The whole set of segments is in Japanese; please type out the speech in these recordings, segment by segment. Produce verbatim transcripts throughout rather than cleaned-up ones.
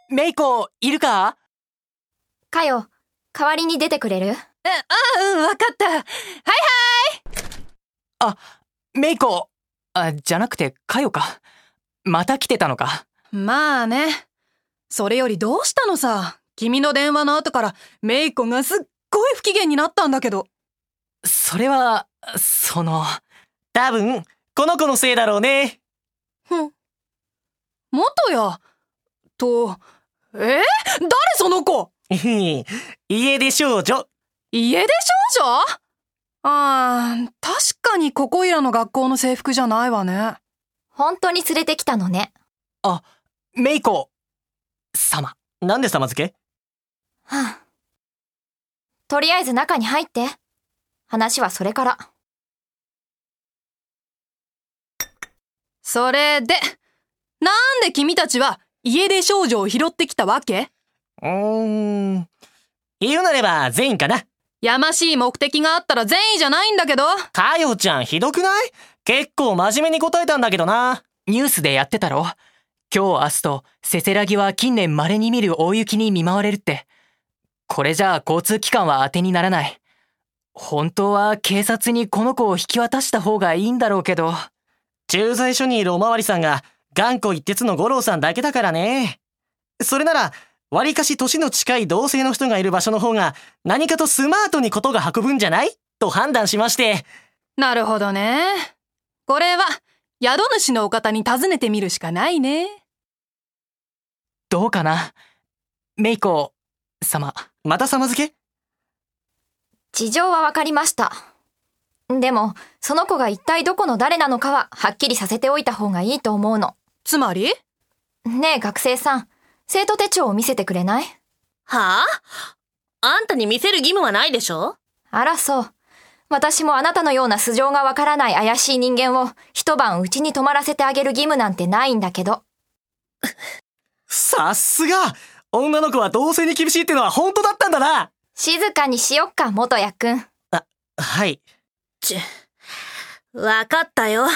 メイコ、いるか？ かよ、代わりに出てくれる？ え、あ、うん、わかった。はいはい。 あ、メイコ、あ、じゃなくてかよか。また来てたのか。 まあね。それよりどうしたのさ。君の電話の後からメイコがすっごい不機嫌になったんだけど。 それは、その、多分、この子のせいだろうね。 ふん。元や。と、えー、誰その子？ 家出少女。 家出少女？あー、確かにここいらの学校の制服じゃないわね。 本当に連れてきたのね。 あ、メイコ様。なんで様付け？ はあ、とりあえず中に入って。話はそれから。 それで、なんで君たちは家出少女を拾ってきたわけ？ うーん。言うなれば善意かな。 やましい目的があったら善意じゃないんだけど。 かよちゃんひどくない？結構真面目に答えたんだけどな。ニュースでやってたろ？今日明日とせせらぎは近年稀に見る大雪に見舞われるって。これじゃあ交通機関は当てにならない。本当は警察にこの子を引き渡した方がいいんだろうけど。駐在所にいるおまわりさんが頑固一徹の五郎さんだけだからね。それならわりかし年の近い同性の人がいる場所の方が何かとスマートにことが運ぶんじゃない？と判断しまして。 なるほどね。これは宿主のお方に尋ねてみるしかないね。 どうかな、メイコ様。また様付け？ 事情はわかりました。でも、その子が一体どこの誰なのかははっきりさせておいた方がいいと思うの。 つまり？ ねえ学生さん、生徒手帳を見せてくれない？ はあ？あんたに見せる義務はないでしょ？ あらそう。私もあなたのような素性がわからない怪しい人間を一晩うちに泊まらせてあげる義務なんてないんだけど。 さすが！女の子は同性に厳しいってのは本当だったんだな。 静かにしよっか、元谷くん。 あ、はい。 ちゅ、わかったよ。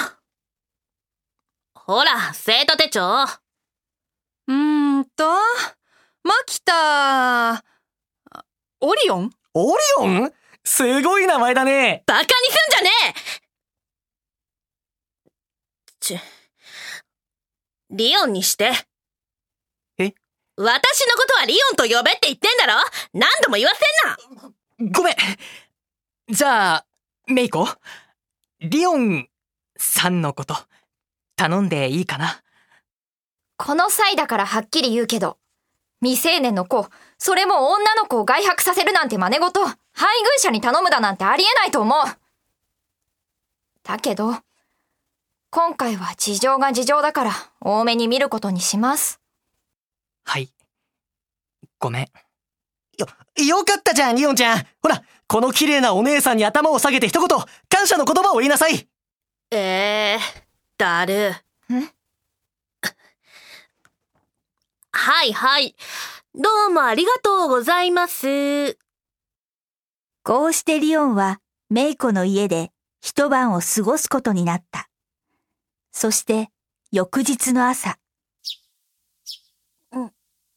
ほら、生徒手帳。 うーんと、マキタ、オリオン？ オリオン？すごい名前だね。 バカにすんじゃねえ！ちゅ、リオンにして。 え？ 私のことはリオンと呼べって言ってんだろ？何度も言わせんな！ ごめん。じゃあ、メイコ、リオンさんのこと頼んでいいかな？ この際だからはっきり言うけど、未成年の子、それも女の子を外泊させるなんて真似事、配偶者に頼むだなんてありえないと思う。だけど、今回は事情が事情だから多めに見ることにします。 はい。ごめん。よ、よかったじゃん、リオンちゃん。ほら、この綺麗なお姉さんに頭を下げて一言、感謝の言葉を言いなさい。 えー、だる。 ん？ はいはい。どうもありがとうございます。 こうしてリオンはメイコの家で一晩を過ごすことになった。そして翌日の朝。 うんうん、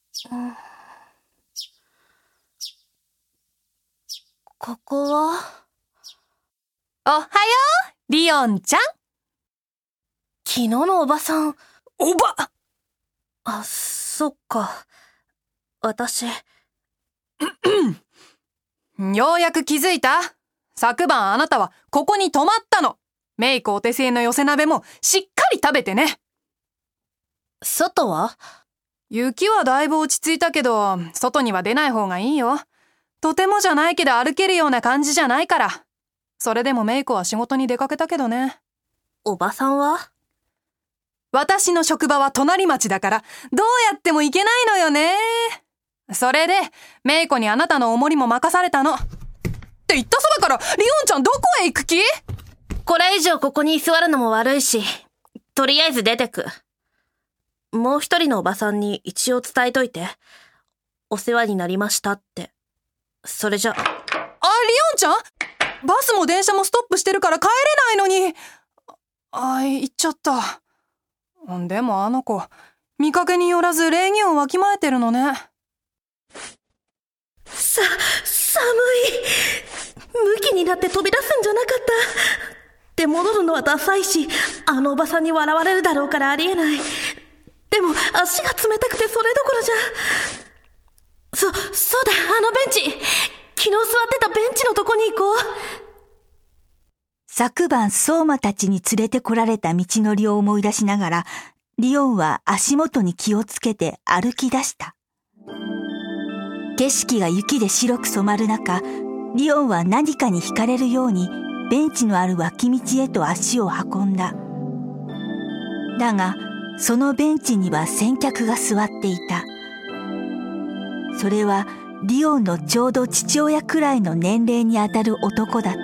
ここは？ おはよう、リオンちゃん。 昨日のおばさん。 おば！ あ、そっか。私。 ようやく気づいた？昨晩あなたはここに泊まったの。メイコお手製の寄せ鍋もしっかり食べてね。 外は？ 雪はだいぶ落ち着いたけど、外には出ない方がいいよ。とてもじゃないけど歩けるような感じじゃないから。それでもメイコは仕事に出かけたけどね。 おばさんは？ 私の職場は隣町だから、どうやっても行けないのよね。それで、メイコにあなたのお守りも任されたの。って言ったそばから、リオンちゃんどこへ行く気？ これ以上ここに居座るのも悪いし、とりあえず出てく。もう一人のおばさんに一応伝えといて。お世話になりましたって。それじゃ。あ、リオンちゃん？バスも電車もストップしてるから帰れないのに。あ、行っちゃった。でもあの子、 見かけによらず礼儀をわきまえてるのね。 さ、寒い。ムキになって飛び出すんじゃなかった。で、戻るのはダサいし、あのおばさんに笑われるだろうからありえない。でも、足が冷たくてそれどころじゃ。そ、そうだ、あのベンチ。昨日座ってたベンチのとこに行こう。 昨晩相馬たちに連れてこられた道のりを思い出しながら、リオンは足元に気をつけて歩き出した。景色が雪で白く染まる中、リオンは何かに惹かれるようにベンチのある脇道へと足を運んだ。だが、そのベンチには先客が座っていた。それはリオンのちょうど父親くらいの年齢にあたる男だった。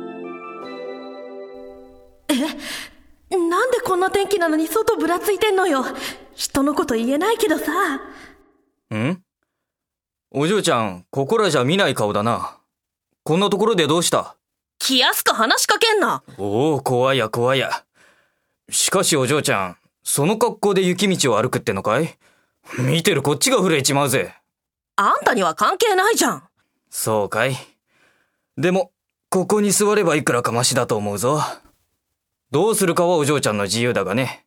え、なんでこんな天気なのに外ぶらついてんのよ。人のこと言えないけどさ。 ん？お嬢ちゃん、ここらじゃ見ない顔だな。こんなところでどうした？ 気安く話しかけんな。 おお、怖いや怖いや。しかしお嬢ちゃん、その格好で雪道を歩くってのかい？見てるこっちが震えちまうぜ。 あんたには関係ないじゃん。 そうかい。でも、ここに座ればいくらかマシだと思うぞ。どうするかはお嬢ちゃんの自由だがね。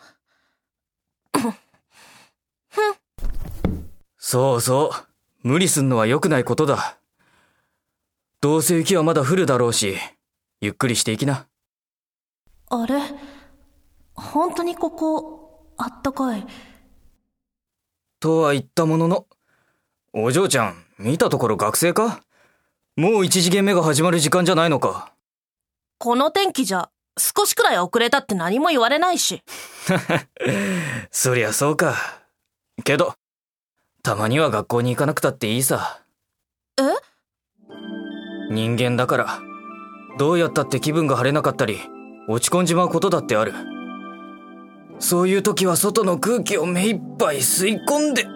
そうそう。無理すんのは良くないことだ。どうせ雪はまだ降るだろうし、ゆっくりしていきな。 あれ？本当にここ、あったかい。 とは言ったものの、お嬢ちゃん、見たところ学生か？もう一次元目が始まる時間じゃないのか。 この天気じゃ、少しくらい遅れたって何も言われないし。 そりゃそうか。けど、たまには学校に行かなくたっていいさ。 え？ 人間だから、どうやったって気分が晴れなかったり、落ち込んじまうことだってある。そういう時は外の空気を目いっぱい吸い込んで、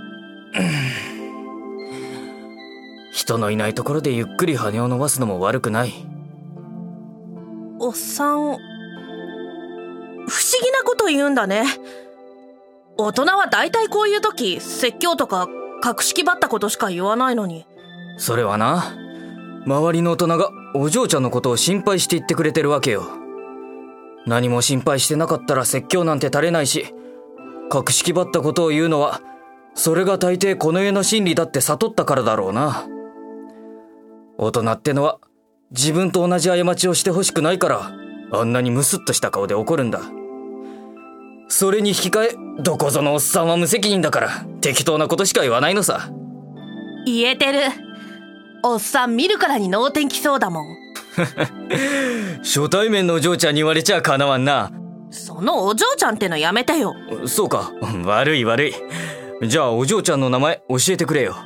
人のいないところでゆっくり羽を伸ばすのも悪くない。 おっさん、不思議なこと言うんだね。大人は大体こういう時、説教とか格式ばったことしか言わないのに。 それはな、周りの大人がお嬢ちゃんのことを心配して言ってくれてるわけよ。何も心配してなかったら説教なんて垂れないし、格式ばったことを言うのは、それが大抵この世の真理だって悟ったからだろうな。大人ってのは、自分と同じ過ちをしてほしくないから、あんなにムスッとした顔で怒るんだ。それに引き換え、どこぞのおっさんは無責任だから、適当なことしか言わないのさ。 言えてる。おっさん見るからに能天気そうだもん。 初対面のお嬢ちゃんに言われちゃかなわんな。 そのお嬢ちゃんってのやめてよ。 そうか、悪い悪い。じゃあお嬢ちゃんの名前教えてくれよ。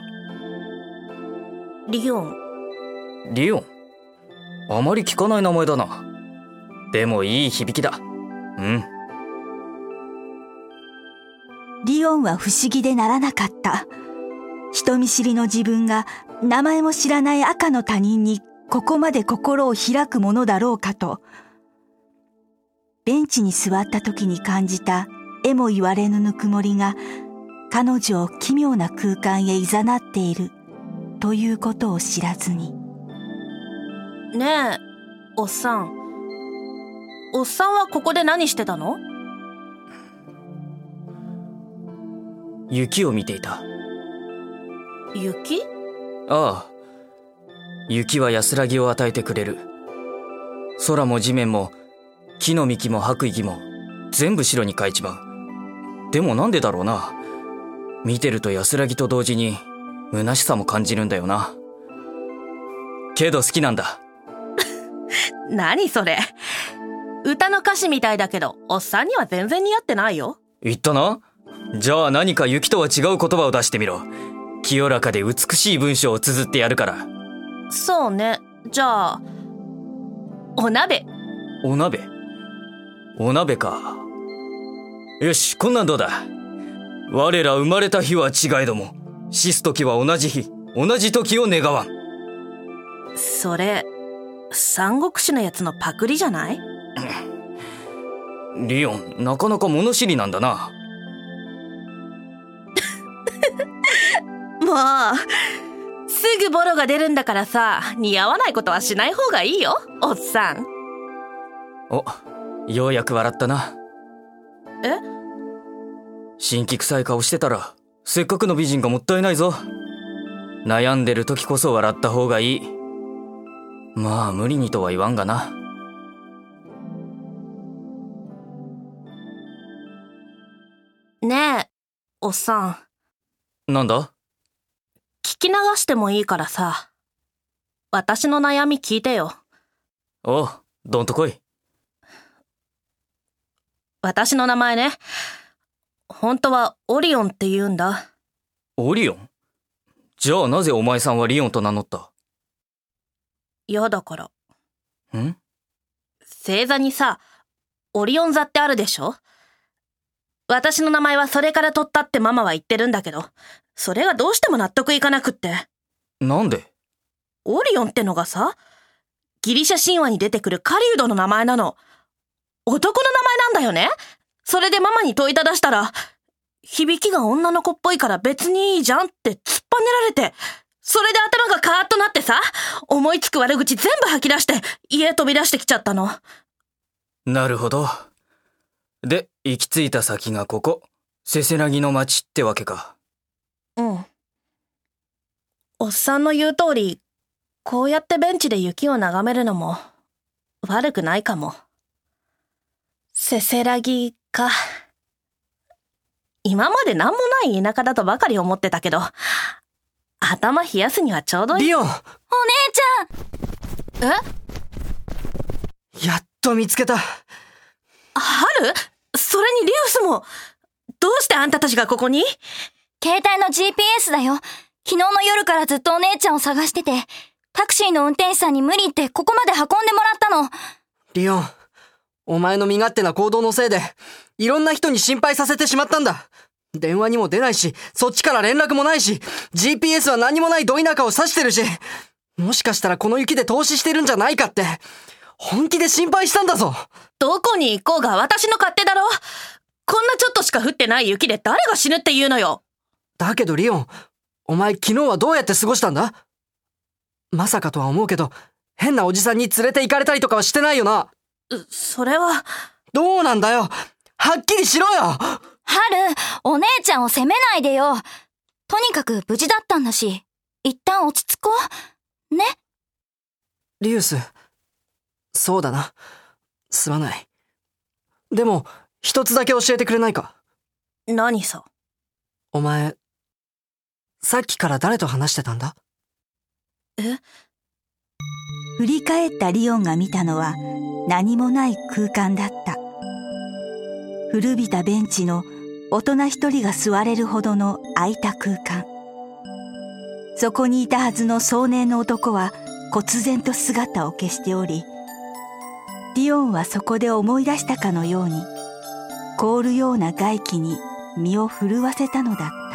リオン。 リオン？あまり聞かない名前だな。でもいい響きだ。うん。 リオンは不思議でならなかった。人見知りの自分が名前も知らない赤の他人にここまで心を開くものだろうかと。ベンチに座った時に感じたえも言われぬぬくもりが彼女を奇妙な空間へ誘っているということを知らずに。 ねえ、おっさん。おっさんはここで何してたの？ 雪を見ていた。 雪？ ああ。雪は安らぎを与えてくれる。空も地面も木の幹も白衣も全部白に変えちまう。でもなんでだろうな。見てると安らぎと同時に虚しさも感じるんだよな。けど好きなんだ。 何それ。歌の歌詞みたいだけど、おっさんには全然似合ってないよ。 言ったな。じゃあ何か雪とは違う言葉を出してみろ。清らかで美しい文章を綴ってやるから。 そうね。じゃあ、お鍋。 お鍋？お鍋か。よし、こんなんどうだ。我ら生まれた日は違えども、死す時は同じ日、同じ時を願わん。 それ、三国志のやつのパクリじゃない？ リオン、なかなか物知りなんだな。 もう、すぐボロが出るんだからさ、似合わないことはしない方がいいよ、おっさん。 お、ようやく笑ったな。 え？ 新規臭い顔してたら、せっかくの美人がもったいないぞ。悩んでる時こそ笑った方がいい。まあ無理にとは言わんがな。 ねえ、おっさん。なんだ？ 聞き流してもいいからさ、私の悩み聞いてよ。 おう、どんとこい。 私の名前ね、本当はオリオンって言うんだ。 オリオン？じゃあなぜお前さんはリオンと名乗った？ 嫌だから。 ん？ 星座にさ、オリオン座ってあるでしょ？私の名前はそれから取ったってママは言ってるんだけど、それがどうしても納得いかなくって。 なんで？ オリオンってのがさ、ギリシャ神話に出てくる狩人の名前なの。男の名前なんだよね。それでママに問いただしたら、響きが女の子っぽいから別にいいじゃんって突っぱねられて、それで頭がカーッとなってさ、思いつく悪口全部吐き出して家飛び出してきちゃったの。 なるほど。で、行き着いた先がここ、せせらぎの町ってわけか。 うん。おっさんの言う通り、こうやってベンチで雪を眺めるのも悪くないかも。せせらぎか。今までなんもない田舎だとばかり思ってたけど、頭冷やすにはちょうどいい。 リオン！お姉ちゃん！ え？やっと見つけた。 春？それにリウスも。どうしてあんたたちがここに？ 携帯の ジーピーエス だよ。昨日の夜からずっとお姉ちゃんを探してて、タクシーの運転手さんに無理言ってここまで運んでもらったの。 リオン、お前の身勝手な行動のせいで、いろんな人に心配させてしまったんだ。電話にも出ないし、そっちから連絡もないし、ジーピーエス は何もないど田舎を指してるし、もしかしたらこの雪で投資してるんじゃないかって、本気で心配したんだぞ。 どこに行こうが私の勝手だろ。こんなちょっとしか降ってない雪で誰が死ぬって言うのよ。 だけどリオン、お前昨日はどうやって過ごしたんだ？まさかとは思うけど、変なおじさんに連れて行かれたりとかはしてないよな。 それは。 どうなんだよ。はっきりしろよ。 春、お姉ちゃんを責めないでよ。とにかく無事だったんだし、一旦落ち着こう。ね？ リウス、そうだな。すまない。でも、一つだけ教えてくれないか？ 何さ？ お前、さっきから誰と話してたんだ？ え？ 振り返ったリオンが見たのは何もない空間だった。古びたベンチの大人一人が座れるほどの空いた空間。そこにいたはずの壮年の男は忽然と姿を消しており、リオンはそこで思い出したかのように、凍るような外気に身を震わせたのだった。